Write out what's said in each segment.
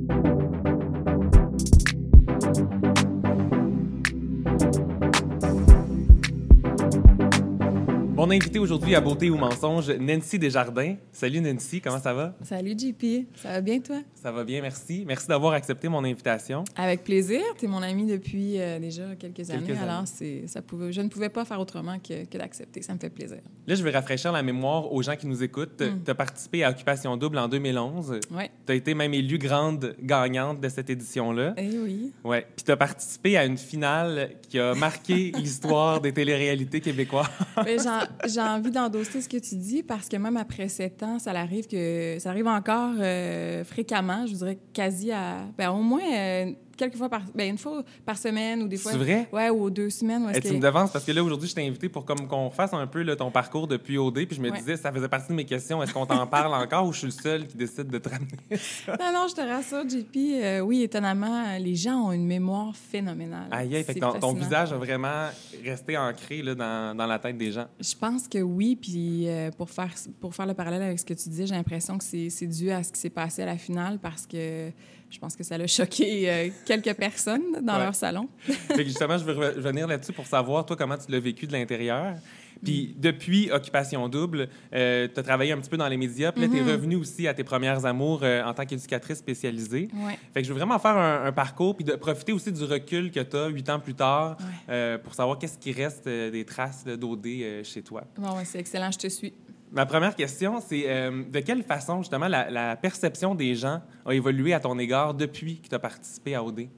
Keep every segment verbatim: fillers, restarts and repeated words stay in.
Mon invité aujourd'hui à Beauté ou Mensonge, Nancy Desjardins. Salut Nancy, comment ça va? Salut J P, ça va bien toi? Ça va bien, merci. Merci d'avoir accepté mon invitation. Avec plaisir, tu es mon ami depuis euh, déjà quelques, quelques années, années, alors c'est, ça pouvait, je ne pouvais pas faire autrement que, que d'accepter, ça me fait plaisir. Là, je vais rafraîchir la mémoire aux gens qui nous écoutent. Mm. Tu as participé à Occupation Double en deux mille onze. Oui. Tu as été même élue grande gagnante de cette édition-là. Eh oui. Oui. Puis tu as participé à une finale qui a marqué l'histoire des téléréalités québécoises. Mais j'ai, j'ai envie d'endosser ce que tu dis parce que même après sept ans, ça arrive que ça arrive encore euh, fréquemment, je vous dirais quasi à... Ben, au moins... Euh, quelques fois par... Ben, une fois par semaine ou des fois... C'est vrai? Ouais, ou deux semaines. Et tu que... me devances parce que là, aujourd'hui, je t'ai invité pour comme qu'on fasse un peu là, ton parcours depuis O D, puis je me ouais. disais, ça faisait partie de mes questions. Est-ce qu'on t'en parle encore ou je suis le seul qui décide de te ramener ça? Non, non, je te rassure, J P. Euh, oui, étonnamment, les gens ont une mémoire phénoménale. Aïe, aïe, fait que ton, ton visage a vraiment resté ancré là, dans, dans la tête des gens. Je pense que oui, puis euh, pour, faire, pour faire le parallèle avec ce que tu disais, j'ai l'impression que c'est, c'est dû à ce qui s'est passé à la finale parce que je pense que ça a choqué euh, quelques personnes dans ouais. leur salon. Fait que justement, je veux revenir là-dessus pour savoir, toi, comment tu l'as vécu de l'intérieur. Puis mm. depuis Occupation Double, euh, tu as travaillé un petit peu dans les médias, puis là, mm-hmm. tu es revenue aussi à tes premières amours euh, en tant qu'éducatrice spécialisée. Ouais. Fait que je veux vraiment faire un, un parcours, puis de profiter aussi du recul que tu as huit ans plus tard ouais. euh, pour savoir qu'est-ce qui reste euh, des traces d'O D euh, chez toi. Bon, ouais, c'est excellent, je te suis. Ma première question, c'est euh, de quelle façon, justement, la, la perception des gens a évolué à ton égard depuis que tu as participé à O D?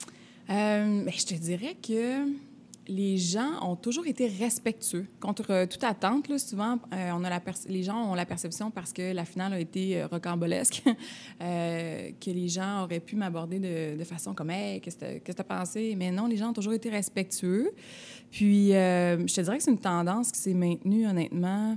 Euh, bien, je te dirais que les gens ont toujours été respectueux. Contre euh, toute attente, là, souvent, euh, on a la perce- les gens ont la perception, parce que la finale a été euh, rocambolesque, euh, que les gens auraient pu m'aborder de, de façon comme « Hey, qu'est-ce que tu as pensé? » Mais non, les gens ont toujours été respectueux. Puis, euh, je te dirais que c'est une tendance qui s'est maintenue, honnêtement.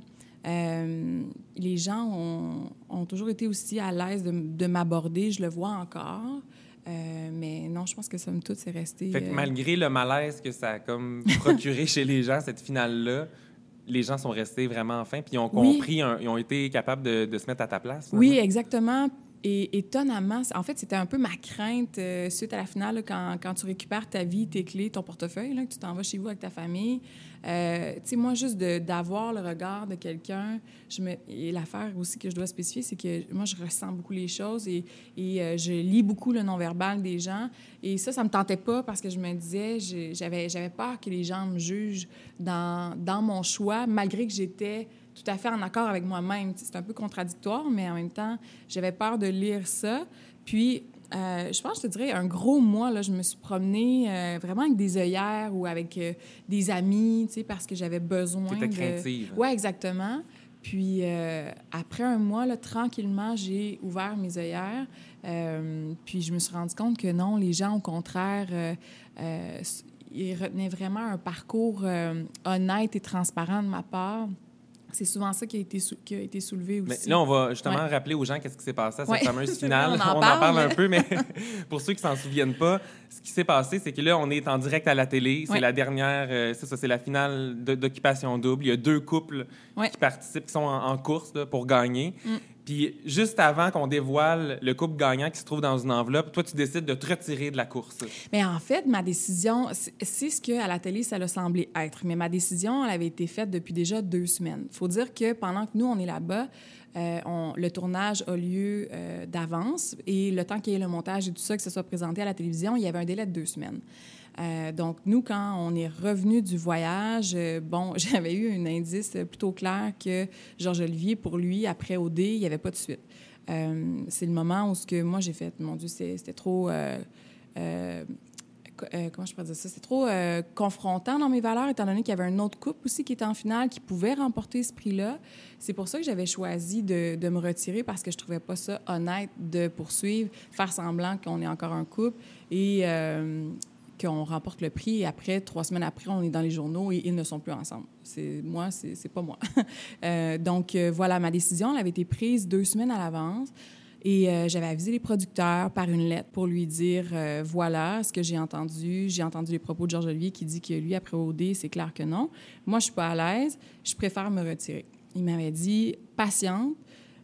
Euh, les gens ont, ont toujours été aussi à l'aise de, de m'aborder, je le vois encore. Euh, mais non, je pense que somme toute, c'est resté... Fait que euh... malgré le malaise que ça a comme procuré chez les gens, cette finale-là, les gens sont restés vraiment fins, puis ils ont compris, oui. un, ils ont été capables de, de se mettre à ta place. Oui, exactement. Et étonnamment, en fait, c'était un peu ma crainte euh, suite à la finale, là, quand, quand tu récupères ta vie, tes clés, ton portefeuille, là, que tu t'en vas chez vous avec ta famille. Euh, tu sais, moi, juste de, d'avoir le regard de quelqu'un, je me... et l'affaire aussi que je dois spécifier, c'est que moi, je ressens beaucoup les choses et, et euh, je lis beaucoup le non-verbal des gens. Et ça, ça me tentait pas parce que je me disais, je, j'avais, j'avais peur que les gens me jugent dans, dans mon choix, malgré que j'étais tout à fait en accord avec moi-même. C'est un peu contradictoire, mais en même temps, j'avais peur de lire ça. Puis, euh, je pense, je te dirais, un gros mois, là, je me suis promenée euh, vraiment avec des œillères ou avec euh, des amis, tu sais, parce que j'avais besoin T'étais de... craintive. Oui, exactement. Puis, euh, après un mois, là, tranquillement, j'ai ouvert mes œillères. Euh, puis, je me suis rendu compte que non, les gens, au contraire, euh, euh, ils retenaient vraiment un parcours euh, honnête et transparent de ma part. C'est souvent ça qui a été, sou- qui a été soulevé aussi. Mais là, on va justement ouais. rappeler aux gens qu'est-ce qui s'est passé à cette ouais. fameuse finale. Vrai, on en on parle, en parle mais... un peu, mais pour ceux qui s'en souviennent pas, ce qui s'est passé, c'est que là, on est en direct à la télé. C'est ouais. la dernière, euh, c'est ça, c'est la finale de, d'Occupation Double. Il y a deux couples ouais. qui participent, qui sont en, en course là, pour gagner. Mm. Puis juste avant qu'on dévoile le couple gagnant qui se trouve dans une enveloppe, toi, tu décides de te retirer de la course. Mais en fait, ma décision, c'est ce qu'à la télé, ça a semblé être. Mais ma décision, elle avait été faite depuis déjà deux semaines. Il faut dire que pendant que nous, on est là-bas, euh, on, le tournage a lieu euh, d'avance et le temps qu'il y ait le montage et tout ça, que ce soit présenté à la télévision, il y avait un délai de deux semaines. Euh, donc, nous, quand on est revenu du voyage, euh, bon, j'avais eu un indice plutôt clair que Georges Olivier, pour lui, après O D, il n'y avait pas de suite. Euh, c'est le moment où ce que moi, j'ai fait, mon Dieu, c'est, c'était trop... Euh, euh, euh, comment je pourrais dire ça? C'est trop euh, confrontant dans mes valeurs, étant donné qu'il y avait un autre couple aussi qui était en finale, qui pouvait remporter ce prix-là. C'est pour ça que j'avais choisi de, de me retirer, parce que je trouvais pas ça honnête de poursuivre, faire semblant qu'on est encore un couple et... Euh, qu'on remporte le prix et après, trois semaines après, on est dans les journaux et ils ne sont plus ensemble. C'est moi, c'est, c'est pas moi. euh, donc, euh, voilà, ma décision, elle avait été prise deux semaines à l'avance et euh, j'avais avisé les producteurs par une lettre pour lui dire, euh, voilà ce que j'ai entendu. J'ai entendu les propos de Georges Olivier qui dit que lui, après O D, c'est clair que non. Moi, je suis pas à l'aise. Je préfère me retirer. Il m'avait dit, patiente.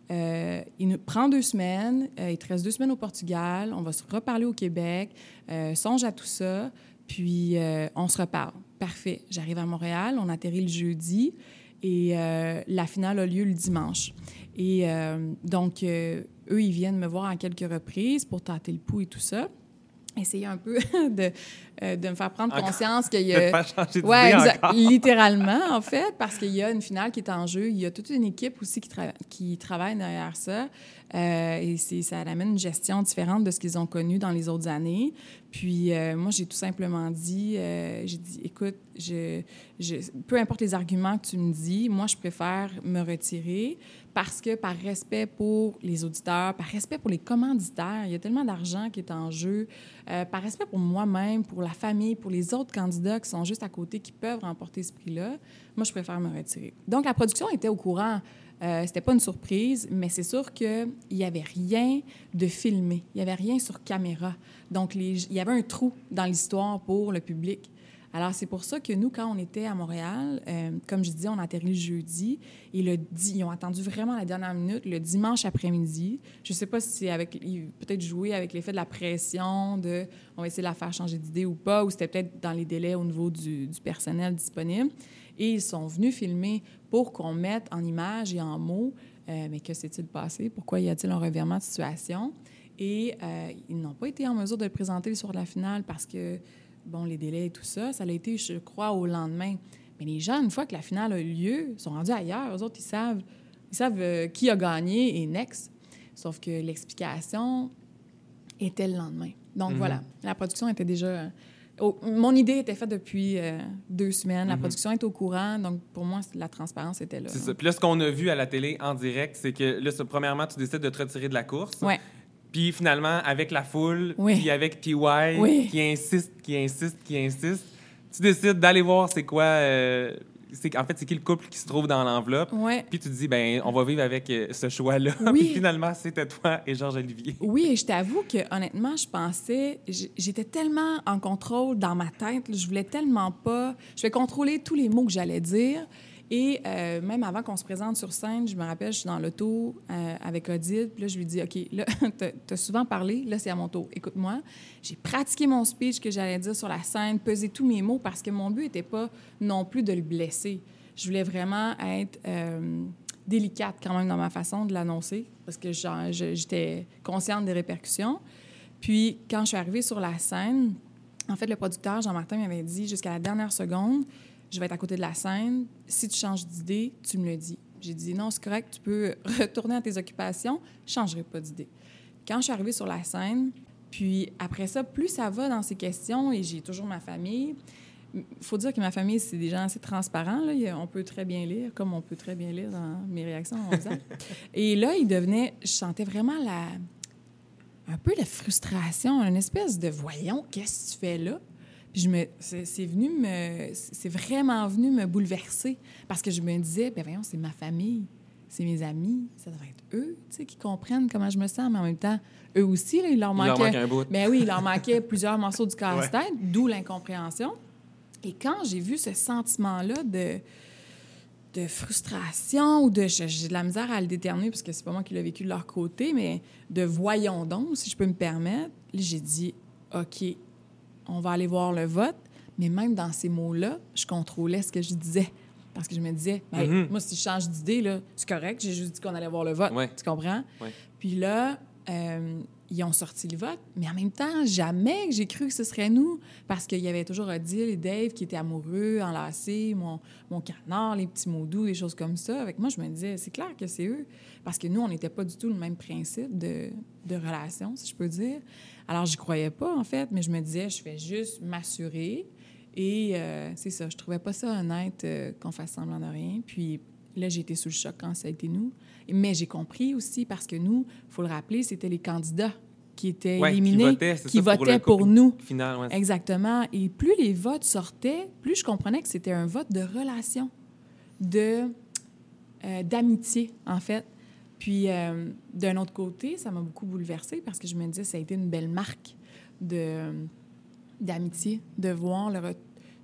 Euh, il nous prend deux semaines, euh, il te reste deux semaines au Portugal, on va se reparler au Québec, euh, songe à tout ça, puis euh, on se reparle. Parfait. J'arrive à Montréal, on atterrit le jeudi et euh, la finale a lieu le dimanche. Et euh, donc, euh, eux, ils viennent me voir à quelques reprises pour tâter le pouls et tout ça. Essayer un peu de, euh, de me faire prendre encore, conscience qu'il y a... De te faire changer d'idée ouais, exa- encore. littéralement, en fait, parce qu'il y a une finale qui est en jeu. Il y a toute une équipe aussi qui, tra- qui travaille derrière ça. Euh, et c'est, ça amène une gestion différente de ce qu'ils ont connu dans les autres années. Puis euh, moi, j'ai tout simplement dit, euh, j'ai dit, écoute, je, je, peu importe les arguments que tu me dis, moi, je préfère me retirer parce que par respect pour les auditeurs, par respect pour les commanditaires, il y a tellement d'argent qui est en jeu, euh, par respect pour moi-même, pour la famille, pour les autres candidats qui sont juste à côté, qui peuvent remporter ce prix-là, moi, je préfère me retirer. Donc, la production était au courant. Euh, c'était pas une surprise, mais c'est sûr qu'il n'y avait rien de filmé. Il n'y avait rien sur caméra. Donc, les, il y avait un trou dans l'histoire pour le public. Alors, c'est pour ça que nous, quand on était à Montréal, euh, comme je disais, on a atterri le jeudi et le di- ils ont attendu vraiment la dernière minute, le dimanche après-midi. Je ne sais pas si c'est avec... peut-être jouer avec l'effet de la pression, de on va essayer de la faire changer d'idée ou pas, ou c'était peut-être dans les délais au niveau du, du personnel disponible. Et ils sont venus filmer pour qu'on mette en images et en mots euh, mais que s'est-il passé? Pourquoi y a-t-il un revirement de situation? Et euh, ils n'ont pas été en mesure de le présenter le soir de la finale parce que, bon, les délais et tout ça, ça a été, je crois, au lendemain. Mais les gens, une fois que la finale a eu lieu, sont rendus ailleurs. Eux autres, ils savent, ils savent euh, qui a gagné et next. Sauf que l'explication était le lendemain. Donc, mm-hmm. voilà, la production était déjà... Oh, mon idée était faite depuis euh, deux semaines. La mm-hmm. production est au courant. Donc, pour moi, la transparence était là. C'est ça. Puis là, ce qu'on a vu à la télé en direct, c'est que là, premièrement, tu décides de te retirer de la course. Ouais. Puis finalement, avec la foule, oui. puis avec P Y oui. qui insiste, qui insiste, qui insiste, tu décides d'aller voir c'est quoi... Euh, c'est, en fait, c'est qui le couple qui se trouve dans l'enveloppe. Ouais. Puis tu te dis, ben on va vivre avec euh, ce choix-là. Oui. Puis finalement, c'était toi et Georges-Olivier. Oui, et je t'avoue que honnêtement, je pensais... J'étais tellement en contrôle dans ma tête. Là, je voulais tellement pas... Je vais contrôler tous les mots que j'allais dire. Et euh, même avant qu'on se présente sur scène, je me rappelle, je suis dans l'auto euh, avec Odile. Puis là, je lui dis, OK, là, t'as, t'as souvent parlé. Là, c'est à mon tour. Écoute-moi. J'ai pratiqué mon speech que j'allais dire sur la scène, pesé tous mes mots parce que mon but n'était pas non plus de le blesser. Je voulais vraiment être euh, délicate quand même dans ma façon de l'annoncer parce que genre, je, j'étais consciente des répercussions. Puis, quand je suis arrivée sur la scène, en fait, le producteur, Jean-Martin, m'avait dit jusqu'à la dernière seconde, je vais être à côté de la scène. Si tu changes d'idée, tu me le dis. J'ai dit, non, c'est correct, tu peux retourner à tes occupations. Je ne changerai pas d'idée. Quand je suis arrivée sur la scène, puis après ça, plus ça va dans ces questions, et j'ai toujours ma famille. Il faut dire que ma famille, c'est des gens assez transparents. Là. On peut très bien lire, comme on peut très bien lire dans mes réactions en faisant. Et là, il devenait... Je sentais vraiment la... un peu de frustration, une espèce de « voyons, qu'est-ce que tu fais là? » Je me, c'est, c'est, venu me, c'est vraiment venu me bouleverser parce que je me disais, bien voyons, c'est ma famille, c'est mes amis, ça devrait être eux, tu sais, qui comprennent comment je me sens, mais en même temps, eux aussi, là, il leur manquait... Il leur manque un bout. Bien oui, il leur manquait plusieurs morceaux du casse-tête, ouais. D'où l'incompréhension. Et quand j'ai vu ce sentiment-là de, de frustration ou de... J'ai de la misère à le déterminer parce que c'est pas moi qui l'ai vécu de leur côté, mais de voyons donc, si je peux me permettre, là, j'ai dit, OK, on va aller voir le vote, mais même dans ces mots-là, je contrôlais ce que je disais. Parce que je me disais, hey, mm-hmm. moi, si je change d'idée, là, c'est correct, j'ai juste dit qu'on allait voir le vote. Ouais. Tu comprends? Ouais. Puis là, euh, ils ont sorti le vote, mais en même temps, jamais que j'ai cru que ce serait nous, parce qu'il y avait toujours Odile et Dave qui étaient amoureux, enlacés, mon, mon canard, les petits mots doux, des choses comme ça. Avec moi, je me disais, c'est clair que c'est eux, parce que nous, on n'était pas du tout le même principe de, de relation, si je peux dire. Alors, j'y croyais pas, en fait, mais je me disais, je fais juste m'assurer. Et euh, c'est ça, je trouvais pas ça honnête euh, qu'on fasse semblant de rien. Puis là, j'ai été sous le choc quand ça a été nous. Mais j'ai compris aussi, parce que nous, il faut le rappeler, c'était les candidats qui étaient ouais, éliminés, qui votaient, qui ça, votaient pour, pour nous. Final, ouais. Exactement. Et plus les votes sortaient, plus je comprenais que c'était un vote de relation, de, euh, d'amitié, en fait. Puis, euh, d'un autre côté, ça m'a beaucoup bouleversée parce que je me disais, ça a été une belle marque de, d'amitié, de voir le re-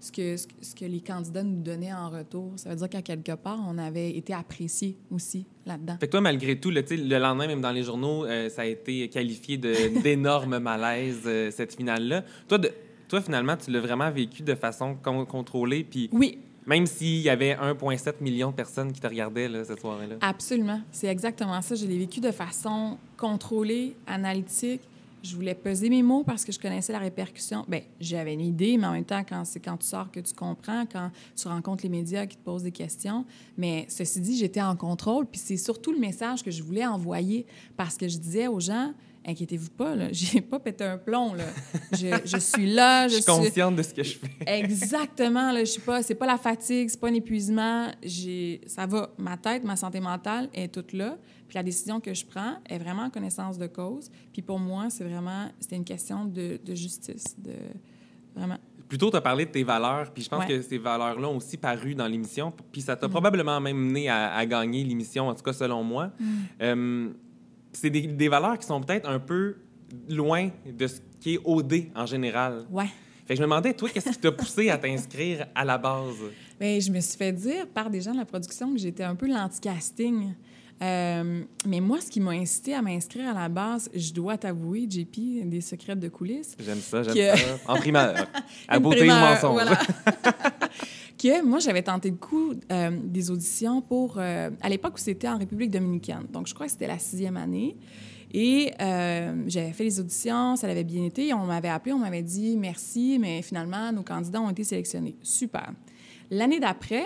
ce que, ce, ce que les candidats nous donnaient en retour. Ça veut dire qu'à quelque part, on avait été appréciés aussi là-dedans. Fait que toi, malgré tout, là, le lendemain, même dans les journaux, euh, ça a été qualifié de, d'énorme malaise, euh, cette finale-là. Toi, de, toi, finalement, tu l'as vraiment vécu de façon con- contrôlée, puis... Oui. Même s'il y avait un virgule sept million de personnes qui te regardaient là, cette soirée-là. Absolument. C'est exactement ça. Je l'ai vécu de façon contrôlée, analytique. Je voulais peser mes mots parce que je connaissais la répercussion. Bien, j'avais une idée, mais en même temps, quand c'est quand tu sors que tu comprends, quand tu rencontres les médias qui te posent des questions. Mais ceci dit, j'étais en contrôle, puis c'est surtout le message que je voulais envoyer parce que je disais aux gens... Inquiétez-vous pas, là. J'ai pas pété un plomb, là. Je, je suis là, je, je suis consciente de ce que je fais. Exactement, là. Je suis pas... C'est pas la fatigue, c'est pas un épuisement. J'ai... Ça va. Ma tête, ma santé mentale est toute là. Puis la décision que je prends est vraiment en connaissance de cause. Puis pour moi, c'est vraiment... C'était une question de, de justice, de... Vraiment... Plutôt, tu as parlé de tes valeurs, puis je pense ouais. que ces valeurs-là ont aussi paru dans l'émission, puis ça t'a mm. probablement même mené à, à gagner l'émission, en tout cas selon moi. Mm. Euh, c'est des, des valeurs qui sont peut-être un peu loin de ce qui est O D en général. Ouais. Fait que je me demandais, toi, qu'est-ce qui t'a poussé à t'inscrire à la base? Bien, je me suis fait dire par des gens de la production que j'étais un peu l'anti-casting. Euh, mais moi, ce qui m'a incité à m'inscrire à la base, je dois t'avouer, J P, des secrets de coulisses. J'aime ça, j'aime que... ça. En primeur. À beauté primeur, ou mensonge. Voilà. que moi, j'avais tenté le coup euh, des auditions pour... Euh, à l'époque où c'était en République dominicaine. Donc, je crois que c'était la sixième année. Et euh, j'avais fait les auditions, ça avait bien été. On m'avait appelé, on m'avait dit « Merci, mais finalement, nos candidats ont été sélectionnés. » Super. L'année d'après,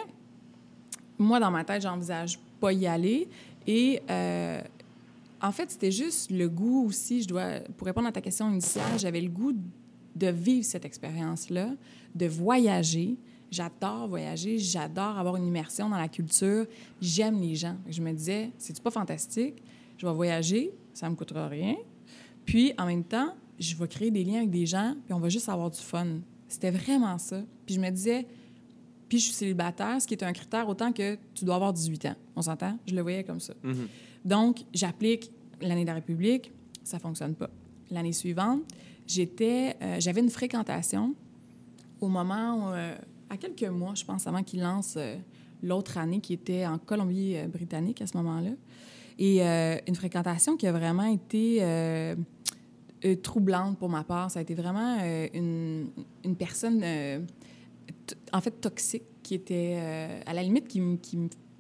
moi, dans ma tête, j'envisage pas y aller. Et euh, en fait, c'était juste le goût aussi, je dois, pour répondre à ta question initiale, j'avais le goût de vivre cette expérience-là, de voyager. J'adore voyager, j'adore avoir une immersion dans la culture. J'aime les gens. Je me disais, c'est-tu pas fantastique? Je vais voyager, ça me coûtera rien. Puis, en même temps, je vais créer des liens avec des gens, puis on va juste avoir du fun. C'était vraiment ça. Puis je me disais... Puis je suis célibataire, ce qui est un critère autant que tu dois avoir dix-huit ans. On s'entend? Je le voyais comme ça. Mm-hmm. Donc, j'applique l'année de la République, ça ne fonctionne pas. L'année suivante, j'étais, euh, j'avais une fréquentation au moment, où, euh, à quelques mois, je pense, avant qu'ils lancent euh, l'autre année qui était en Colombie-Britannique à ce moment-là. Et euh, une fréquentation qui a vraiment été euh, euh, troublante pour ma part. Ça a été vraiment euh, une, une personne... Euh, en fait, toxique, qui était, euh, à la limite, qui, qui,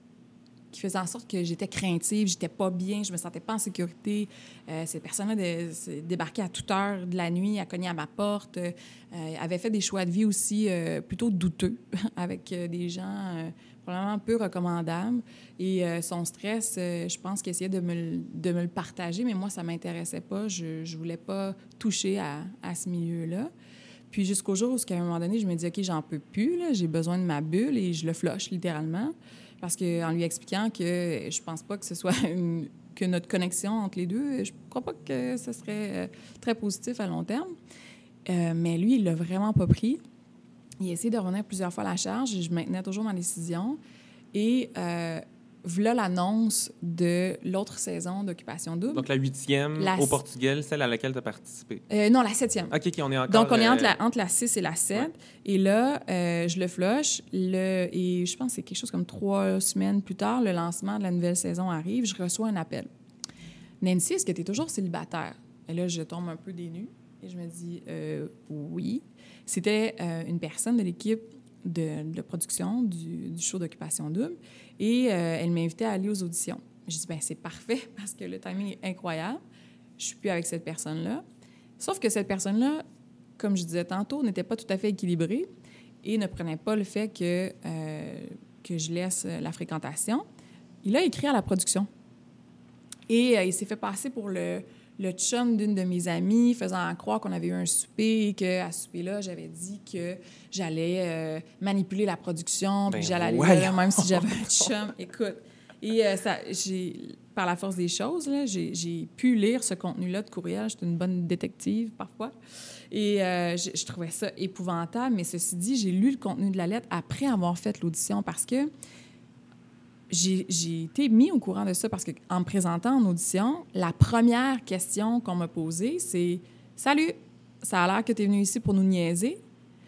qui faisait en sorte que j'étais craintive, j'étais pas bien, je me sentais pas en sécurité. Euh, cette personne-là de, débarquait à toute heure de la nuit, elle cognait à ma porte, euh, avait fait des choix de vie aussi euh, plutôt douteux, avec euh, des gens euh, probablement peu recommandables. Et euh, son stress, euh, je pense qu'il essayait de me, de me le partager, mais moi, ça m'intéressait pas. Je, je voulais pas toucher à, à ce milieu-là. Puis jusqu'au jour où, à un moment donné, je me dis, OK, j'en peux plus, là, j'ai besoin de ma bulle, et je le flush littéralement, parce qu'en lui expliquant que je pense pas que ce soit une, que notre connexion entre les deux, je crois pas que ce serait très positif à long terme. Euh, mais lui, il l'a vraiment pas pris. Il a essayé de revenir plusieurs fois à la charge, et je maintenais toujours ma décision. Et euh, voilà l'annonce de l'autre saison d'Occupation Double. Donc, la huitième la... au Portugal, celle à laquelle tu as participé. Euh, non, la septième. OK, OK, on est encore... Donc, on est entre euh... la, entre la six et la sept. Ouais. Et là, euh, je le flush. Le, et je pense que c'est quelque chose comme trois semaines plus tard, le lancement de la nouvelle saison arrive. Je reçois un appel. Nancy, est-ce que tu es toujours célibataire? Et là, je tombe un peu des nues. Et je me dis, euh, oui. C'était euh, une personne de l'équipe de, de production du, du show d'Occupation Double. Et euh, elle m'invitait à aller aux auditions. J'ai dit, bien, c'est parfait parce que le timing est incroyable. Je ne suis plus avec cette personne-là. Sauf que cette personne-là, comme je disais tantôt, n'était pas tout à fait équilibrée et ne prenait pas le fait que, euh, que je laisse la fréquentation. Il a écrit à la production. Et euh, il s'est fait passer pour le, le chum d'une de mes amies, faisant croire qu'on avait eu un souper et qu'à ce souper-là, j'avais dit que j'allais euh, manipuler la production, puis ben, que j'allais aller ouais. là, même si j'avais un chum. Écoute, et euh, ça, j'ai, par la force des choses, là, j'ai, j'ai pu lire ce contenu-là de courriel. J'étais une bonne détective, parfois. Et euh, je, je trouvais ça épouvantable. Mais ceci dit, j'ai lu le contenu de la lettre après avoir fait l'audition parce que J'ai, j'ai été mis au courant de ça parce qu'en me présentant en audition, la première question qu'on m'a posée, c'est « Salut, ça a l'air que tu es venu ici pour nous niaiser. »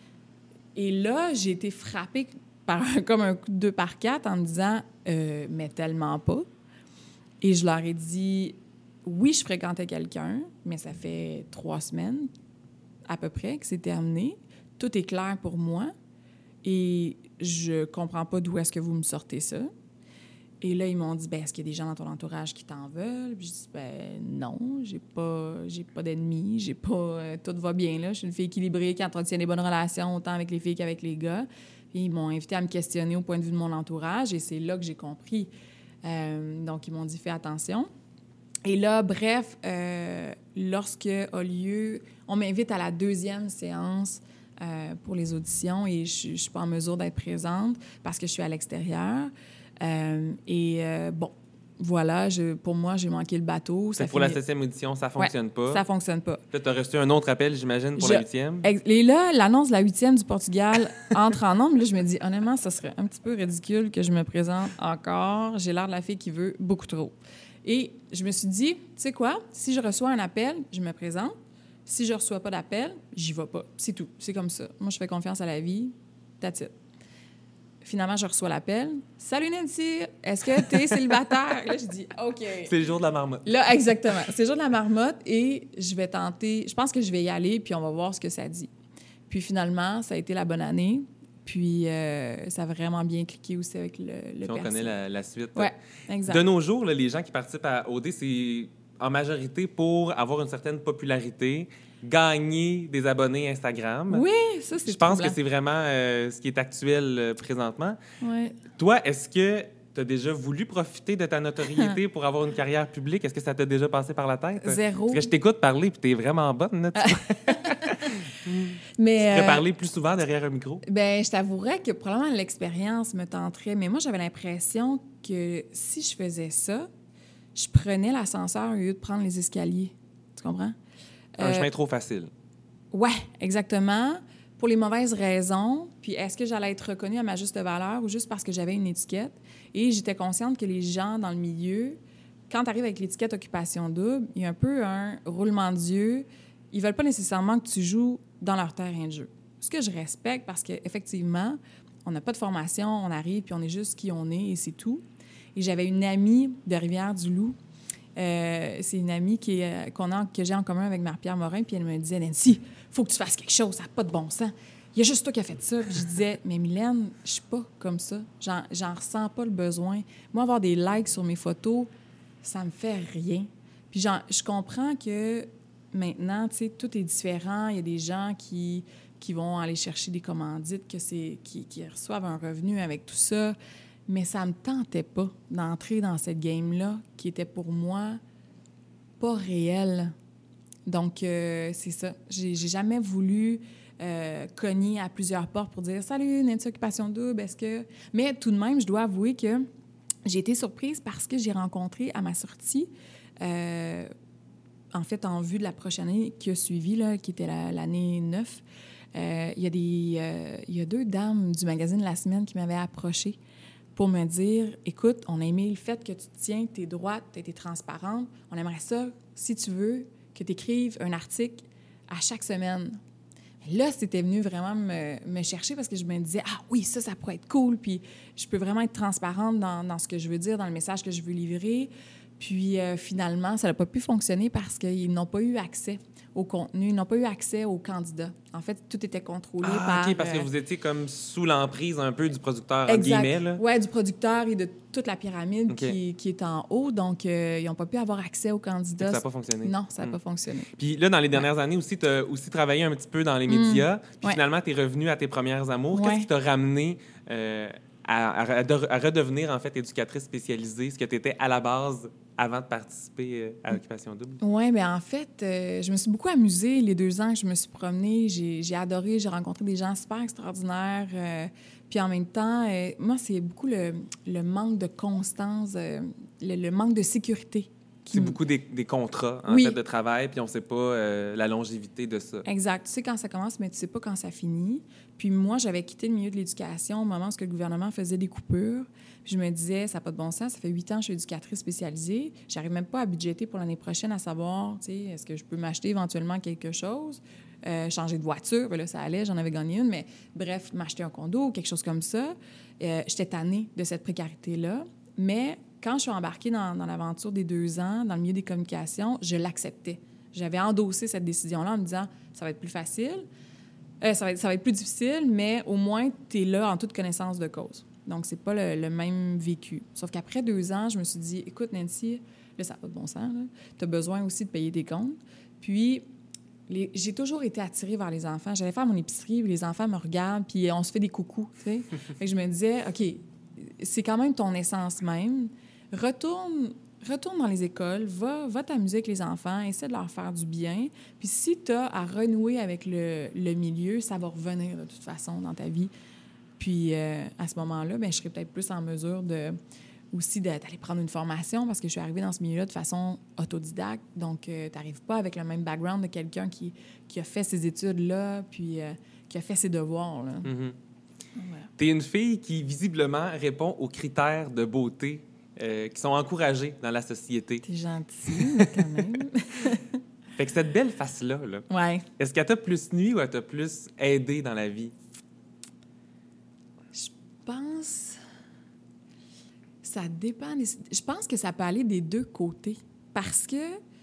Et là, j'ai été frappée par un, comme un coup de deux par quatre en me disant euh, « mais tellement pas ». Et je leur ai dit « oui, je fréquentais quelqu'un, mais ça fait trois semaines à peu près que c'est terminé. Tout est clair pour moi et je comprends pas d'où est-ce que vous me sortez ça. » Et là, ils m'ont dit, ben est-ce qu'il y a des gens dans ton entourage qui t'en veulent? Puis je dis, ben non, j'ai pas, j'ai pas d'ennemis, j'ai pas, euh, tout va bien là. Je suis une fille équilibrée qui entretient des bonnes relations autant avec les filles qu'avec les gars. Puis ils m'ont invité à me questionner au point de vue de mon entourage et c'est là que j'ai compris. Euh, donc, ils m'ont dit, fais attention. Et là, bref, euh, lorsque a lieu, on m'invite à la deuxième séance euh, pour les auditions et je, je suis pas en mesure d'être présente parce que je suis à l'extérieur. Euh, et euh, bon, voilà, je, pour moi, j'ai manqué le bateau. Ça pour finit... la septième audition, ça fonctionne ouais, pas. Ça fonctionne pas. Là, tu as reçu un autre appel, j'imagine, pour je... la huitième. Et là, l'annonce de la huitième du Portugal entre en nombre. Là, je me dis, honnêtement, ça serait un petit peu ridicule que je me présente encore. J'ai l'air de la fille qui veut beaucoup trop. Et je me suis dit, tu sais quoi, si je reçois un appel, je me présente. Si je reçois pas d'appel, j'y vais pas. C'est tout. C'est comme ça. Moi, je fais confiance à la vie. That's it. Finalement, je reçois l'appel. « Salut Nancy, est-ce que tu es célibataire? » Là, je dis « OK. » C'est le jour de la marmotte. Là, exactement. C'est le jour de la marmotte et je vais tenter... Je pense que je vais y aller, puis on va voir ce que ça dit. Puis finalement, ça a été la bonne année. Puis euh, ça a vraiment bien cliqué aussi avec le, le puis on connaît la, la suite. Oui, exact. De nos jours, là, les gens qui participent à O D, c'est en majorité pour avoir une certaine popularité, gagner des abonnés Instagram. Oui, ça, c'est Je pense troublant. que c'est vraiment euh, ce qui est actuel euh, présentement. Ouais. Toi, est-ce que tu as déjà voulu profiter de ta notoriété pour avoir une carrière publique? Est-ce que ça t'a déjà passé par la tête? Zéro. Parce que je t'écoute parler puis t'es vraiment bonne. Là, tu mais, tu pourrais euh, parler plus souvent derrière un micro? Bien, je t'avouerais que probablement l'expérience me tenterait. Mais moi, j'avais l'impression que si je faisais ça, je prenais l'ascenseur au lieu de prendre les escaliers. Tu comprends? Un euh, chemin trop facile. Oui, exactement. Pour les mauvaises raisons. Puis est-ce que j'allais être reconnue à ma juste valeur ou juste parce que j'avais une étiquette? Et j'étais consciente que les gens dans le milieu, quand tu arrives avec l'étiquette Occupation Double, il y a un peu un roulement d'yeux. Ils veulent pas nécessairement que tu joues dans leur terrain de jeu. Ce que je respecte parce qu'effectivement, on n'a pas de formation, on arrive puis on est juste qui on est et c'est tout. Et j'avais une amie de Rivière-du-Loup. Euh, c'est une amie qui est, qu'on a, que j'ai en commun avec Marie-Pierre Morin, puis elle me disait « Nancy, il faut que tu fasses quelque chose, ça n'a pas de bon sens. Il y a juste toi qui as fait ça. » Puis je disais « Mais Mylène, je suis pas comme ça. J'en, j'en ressens pas le besoin. Moi, avoir des likes sur mes photos, ça me fait rien. » Puis j'en, je comprends que maintenant, tu sais, tout est différent. Il y a des gens qui, qui vont aller chercher des commandites, que c'est, qui, qui reçoivent un revenu avec tout ça. Mais ça me tentait pas d'entrer dans cette game-là qui était pour moi pas réelle. Donc, euh, c'est ça. J'ai, j'ai jamais voulu euh, cogner à plusieurs portes pour dire « Salut, Nancy Occupation Double, est-ce que... » Mais tout de même, je dois avouer que j'ai été surprise parce que j'ai rencontré à ma sortie, euh, en fait, en vue de la prochaine année qui a suivi, là, qui était la, l'année neuf, euh, il y a des, euh, il y a deux dames du magazine La Semaine qui m'avaient approchée pour me dire, écoute, on a aimé le fait que tu te tiens, tu es droite, tu es transparente. On aimerait ça, si tu veux, que tu écrives un article à chaque semaine. Mais là, c'était venu vraiment me, me chercher parce que je me disais, ah oui, ça, ça pourrait être cool. Puis je peux vraiment être transparente dans, dans ce que je veux dire, dans le message que je veux livrer. Puis euh, finalement, ça n'a pas pu fonctionner parce qu'ils n'ont pas eu accès au contenu, ils n'ont pas eu accès aux candidats. En fait, tout était contrôlé ah, par... OK, parce que vous étiez comme sous l'emprise un peu du producteur, exact. En guillemets, là. Oui, du producteur et de toute la pyramide okay. qui, qui est en haut. Donc, euh, ils n'ont pas pu avoir accès aux candidats. Ça n'a pas fonctionné. Non, ça n'a mm. pas fonctionné. Puis là, dans les dernières ouais. années aussi, tu as aussi travaillé un petit peu dans les médias. Mm. Puis ouais. finalement, tu es revenu à tes premières amours. Ouais. Qu'est-ce qui t'a ramené euh, à, à, à redevenir, en fait, éducatrice spécialisée, ce que tu étais à la base avant de participer à Occupation Double? Oui, bien en fait, euh, je me suis beaucoup amusée les deux ans que je me suis promenée. J'ai, j'ai adoré, j'ai rencontré des gens super extraordinaires. Euh, puis en même temps, euh, moi, c'est beaucoup le, le manque de constance, euh, le, le manque de sécurité C'est beaucoup des, des contrats, en oui. fait, de travail, puis on ne sait pas euh, la longévité de ça. Exact. Tu sais quand ça commence, mais tu ne sais pas quand ça finit. Puis moi, j'avais quitté le milieu de l'éducation au moment où le gouvernement faisait des coupures. Puis je me disais, ça n'a pas de bon sens, ça fait huit ans que je suis éducatrice spécialisée. J'arrive même pas à budgéter pour l'année prochaine, à savoir, tu sais, est-ce que je peux m'acheter éventuellement quelque chose, euh, changer de voiture, bien là, ça allait, j'en avais gagné une, mais bref, m'acheter un condo ou quelque chose comme ça. Euh, j'étais tannée de cette précarité-là, mais quand je suis embarquée dans, dans l'aventure des deux ans, dans le milieu des communications, je l'acceptais. J'avais endossé cette décision-là en me disant, ça va être plus facile, euh, ça, va être, ça va être plus difficile, mais au moins, tu es là en toute connaissance de cause. Donc, c'est pas le, le même vécu. Sauf qu'après deux ans, je me suis dit, écoute, Nancy, là, ça n'a pas de bon sens, tu as besoin aussi de payer tes comptes. Puis, les, j'ai toujours été attirée vers les enfants. J'allais faire mon épicerie, puis les enfants me regardent, puis on se fait des coucous, tu sais. Fait que je me disais, OK, c'est quand même ton essence même. Retourne, retourne dans les écoles, va, va t'amuser avec les enfants, essaie de leur faire du bien. Puis si tu as à renouer avec le, le milieu, ça va revenir de toute façon dans ta vie. Puis euh, à ce moment-là, bien, je serais peut-être plus en mesure de, aussi de, d'aller prendre une formation parce que je suis arrivée dans ce milieu-là de façon autodidacte. Donc, euh, tu n'arrives pas avec le même background de quelqu'un qui, qui a fait ses études-là puis euh, qui a fait ses devoirs. Là. Mm-hmm. Voilà. Tu es une fille qui, visiblement, répond aux critères de beauté Euh, qui sont encouragés dans la société. T'es gentil, mais quand même. Fait que cette belle face-là, là, ouais. est-ce qu'elle t'a plus nuit ou elle t'a plus aidé dans la vie? Je pense... Ça dépend... Des... Je pense que ça peut aller des deux côtés. Parce que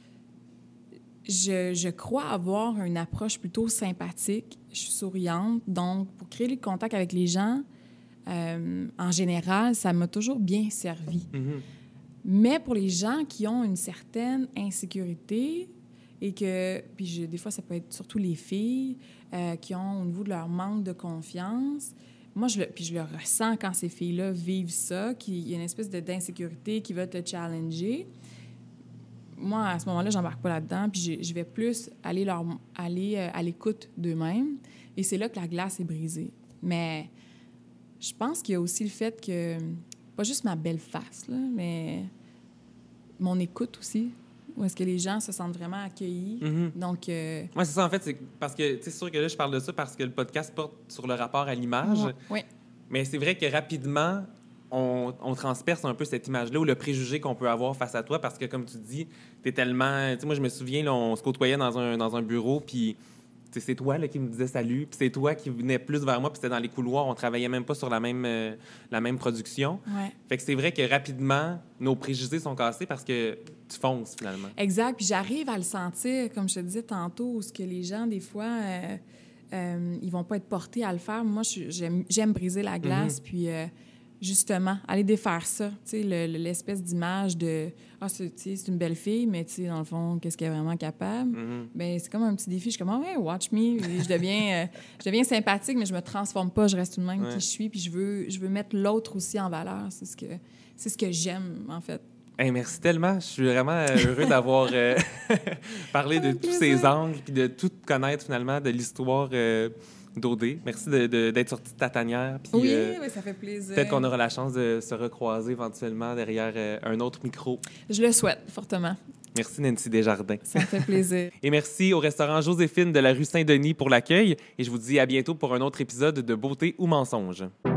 je, je crois avoir une approche plutôt sympathique. Je suis souriante. Donc, pour créer le contact avec les gens... Euh, en général, ça m'a toujours bien servi. Mm-hmm. Mais pour les gens qui ont une certaine insécurité et que, puis je, des fois, ça peut être surtout les filles euh, qui ont au niveau de leur manque de confiance, moi, je le, puis je le ressens quand ces filles-là vivent ça, qu'il y a une espèce de, d'insécurité qui va te challenger. Moi, à ce moment-là, j'embarque pas là-dedans, puis je, je vais plus aller, leur, aller euh, à l'écoute d'eux-mêmes. Et c'est là que la glace est brisée. Mais... Je pense qu'il y a aussi le fait que, pas juste ma belle face, là, mais mon écoute aussi, où est-ce que les gens se sentent vraiment accueillis. Mm-hmm. Donc... Euh... Oui, c'est ça, en fait, c'est parce que, c'est sûr que là, je parle de ça parce que le podcast porte sur le rapport à l'image. Oui. Mais c'est vrai que rapidement, on, on transperce un peu cette image-là ou le préjugé qu'on peut avoir face à toi parce que, comme tu dis, t'es tellement... Tu sais, moi, je me souviens, là, on se côtoyait dans un, dans un bureau, puis... C'est toi là, qui me disais salut, puis c'est toi qui venais plus vers moi, puis c'était dans les couloirs, on travaillait même pas sur la même, euh, la même production. Ouais. Fait que c'est vrai que rapidement, nos préjugés sont cassés parce que tu fonces finalement. Exact, puis j'arrive à le sentir, comme je te disais tantôt, où ce que les gens, des fois, euh, euh, ils vont pas être portés à le faire. Moi, je, j'aime, j'aime briser la glace, mm-hmm. puis... Euh, justement, aller défaire ça, tu sais, le, le, l'espèce d'image de « Ah, c'est, c'est une belle fille, mais tu sais, dans le fond, qu'est-ce qu'elle est vraiment capable? Mm-hmm. » Bien, c'est comme un petit défi. Je suis comme « Ah ouais, watch me. » Je deviens, euh, je deviens sympathique, mais je me transforme pas. Je reste tout de même ouais. qui je suis, puis je veux, je veux mettre l'autre aussi en valeur. C'est ce que, c'est ce que j'aime, en fait. Hey, merci tellement. Je suis vraiment heureux d'avoir euh, parlé de tous ces angles, puis de tout connaître, finalement, de l'histoire... Euh, d'O D. Merci de, de, d'être sortie de ta tanière. Puis, oui, euh, oui, ça fait plaisir. Peut-être qu'on aura la chance de se recroiser éventuellement derrière euh, un autre micro. Je le souhaite fortement. Merci Nancy Desjardins. Ça me fait plaisir. Et merci au restaurant Joséphine de la rue Saint-Denis pour l'accueil. Et je vous dis à bientôt pour un autre épisode de Beauté ou mensonge.